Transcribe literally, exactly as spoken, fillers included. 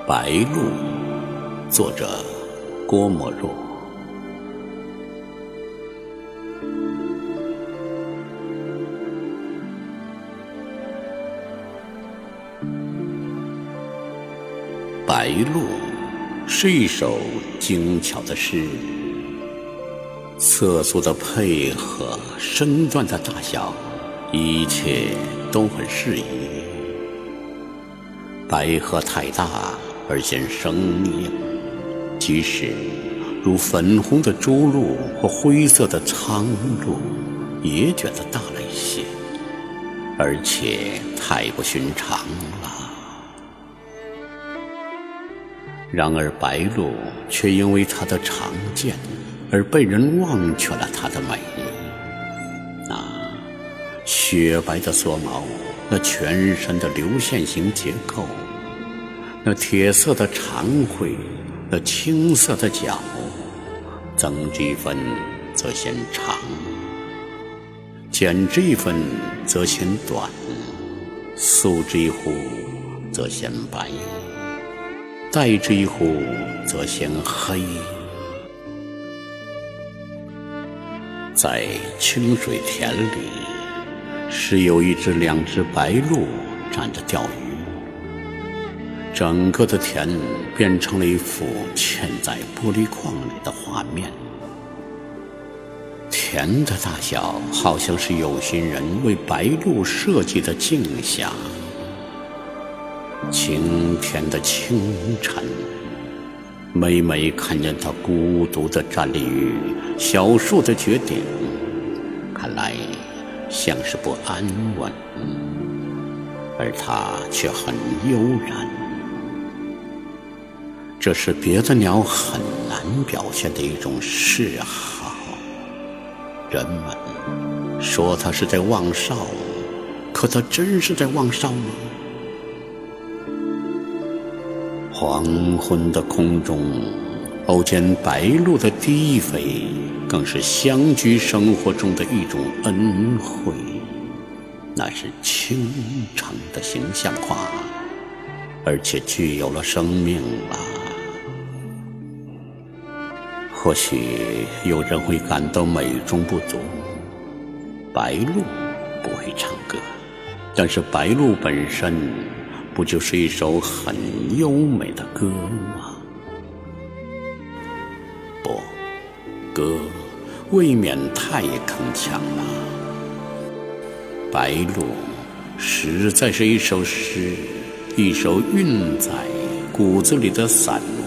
白鹭，作者郭沫若。白鹭是一首精巧的诗，色素的配合，身段的大小，一切都很适宜。白鹤太大而显生硬，即使如粉红的朱鹭或灰色的苍鹭，也觉得大了一些，而且太不寻常了。然而白鹭却因为它的常见而被人忘却了它的美丽。那雪白的缩毛，那全身的流线型结构，那铁色的长喙，那青色的脚，增之一分则显长，减之一分则显短，素之一忽则显白，黛之一忽则显黑。在清水田里，时有一只两只白鹭站着钓鱼，整个的田变成了一幅嵌在玻璃框里的画面。田的大小好像是有心人为白鹭设计的镜像。晴天的清晨，每每看见它孤独地站立于小树的绝顶，看来像是不安稳，而它却很悠然。这是别的鸟很难表现的一种嗜好。人们说它是在望哨，可它真是在望哨吗？黄昏的空中，偶见白鹭的低飞，更是乡居生活中的一种恩惠。那是倾城的形象化，而且具有了生命了。或许有人会感到美中不足，白鹭不会唱歌，但是白鹭本身不就是一首很优美的歌吗？不，歌未免太铿锵了。白鹭实在是一首诗，一首蕴在骨子里的散